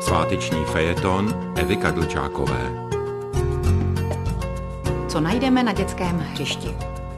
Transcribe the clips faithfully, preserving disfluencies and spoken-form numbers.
Sváteční fejeton Evy Kadlčákové. Co najdeme na dětském hřišti?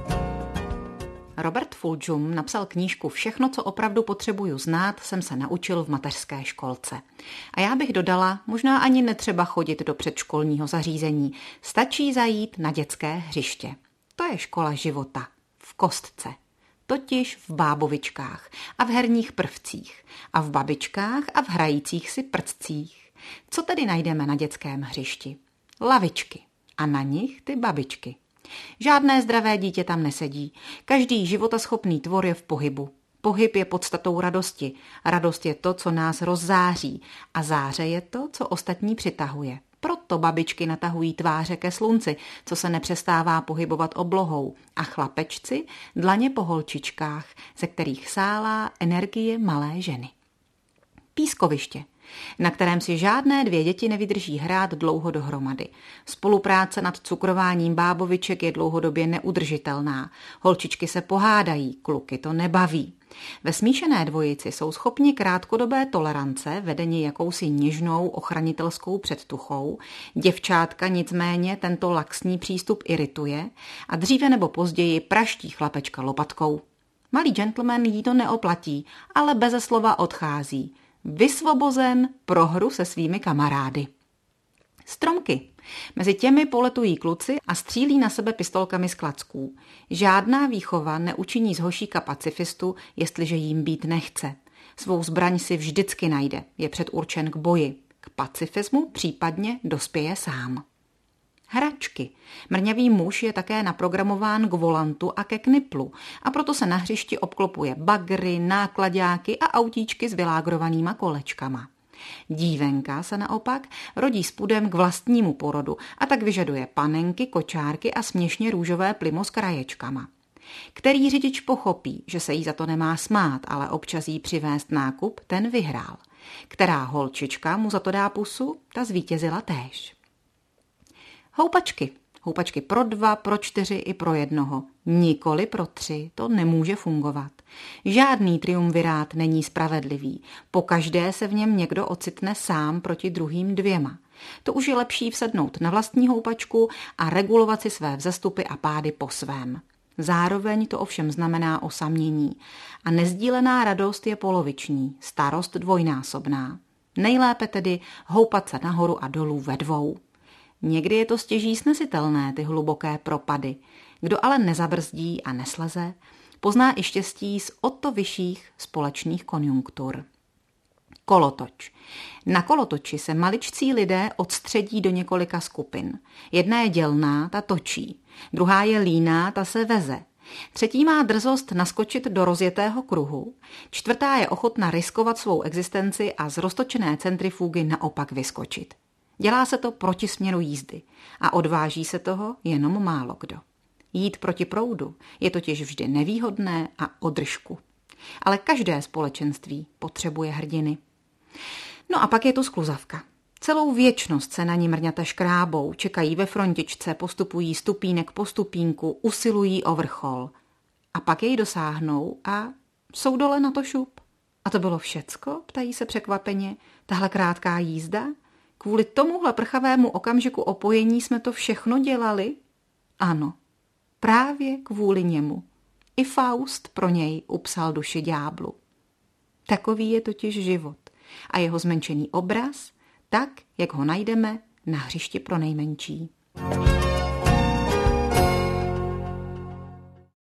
Robert Fulghum napsal knížku Všechno, co opravdu potřebuju znát, jsem se naučil v mateřské školce. A já bych dodala, možná ani netřeba chodit do předškolního zařízení, stačí zajít na dětské hřiště. To je škola života, v kostce. Totiž v bábovičkách a v herních prvcích a v babičkách a v hrajících si prccích. Co tedy najdeme na dětském hřišti? Lavičky a na nich ty babičky. Žádné zdravé dítě tam nesedí. Každý životaschopný tvor je v pohybu. Pohyb je podstatou radosti. Radost je to, co nás rozzáří. A záře je to, co ostatní přitahuje. Proto babičky natahují tváře ke slunci, co se nepřestává pohybovat oblohou. A chlapečci dlaně po holčičkách, ze kterých sálá energie malé ženy. Pískoviště, na kterém si žádné dvě děti nevydrží hrát dlouho dohromady. Spolupráce nad cukrováním báboviček je dlouhodobě neudržitelná. Holčičky se pohádají, kluky to nebaví. Ve smíšené dvojici jsou schopni krátkodobé tolerance, vedeni jakousi něžnou ochranitelskou předtuchou. Děvčátka nicméně tento laxní přístup irituje a dříve nebo později praští chlapečka lopatkou. Malý gentleman jí to neoplatí, ale beze slova odchází. Vysvobozen pro hru se svými kamarády. Stromky. Mezi těmi poletují kluci a střílí na sebe pistolkami z klacků. Žádná výchova neučiní z hošíka pacifistu, jestliže jim být nechce. Svou zbraň si vždycky najde, je předurčen k boji. K pacifismu případně dospěje sám. Hračky. Mrňavý muž je také naprogramován k volantu a ke kniplu a proto se na hřišti obklopuje bagry, náklaďáky a autíčky s vylágrovanýma kolečkama. Dívenka se naopak rodí s pudem k vlastnímu porodu a tak vyžaduje panenky, kočárky a směšně růžové plimo s kraječkama. Který řidič pochopí, že se jí za to nemá smát, ale občas jí přivést nákup, ten vyhrál. Která holčička mu za to dá pusu, ta zvítězila též. Houpačky. Houpačky pro dva, pro čtyři i pro jednoho. Nikoli pro tři, to nemůže fungovat. Žádný triumvirát není spravedlivý. Pokaždé se v něm někdo ocitne sám proti druhým dvěma. To už je lepší vsednout na vlastní houpačku a regulovat si své vzestupy a pády po svém. Zároveň to ovšem znamená osamění. A nezdílená radost je poloviční, starost dvojnásobná. Nejlépe tedy houpat se nahoru a dolů ve dvou. Někdy je to stěží snesitelné, ty hluboké propady. Kdo ale nezabrzdí a nesleze, pozná i štěstí z o to vyšších společných konjunktur. Kolotoč. Na kolotoči se maličcí lidé odstředí do několika skupin. Jedna je dělná, ta točí. Druhá je líná, ta se veze. Třetí má drzost naskočit do rozjetého kruhu. Čtvrtá je ochotna riskovat svou existenci a z roztočené centrifugy naopak vyskočit. Dělá se to proti směru jízdy a odváží se toho jenom málo kdo. Jít proti proudu je totiž vždy nevýhodné a održku. Ale každé společenství potřebuje hrdiny. No a pak je tu skluzavka. Celou věčnost se na ní mrňata škrábou, čekají ve frontičce, postupují stupínek po stupínku, usilují o vrchol. A pak jej dosáhnou a jsou dole na to šup. A to bylo všecko, ptají se překvapeně, tahle krátká jízda? Kvůli tomuhle prchavému okamžiku opojení jsme to všechno dělali? Ano, právě kvůli němu. I Faust pro něj upsal duši ďáblu. Takový je totiž život a jeho zmenšený obraz, tak, jak ho najdeme na hřišti pro nejmenší.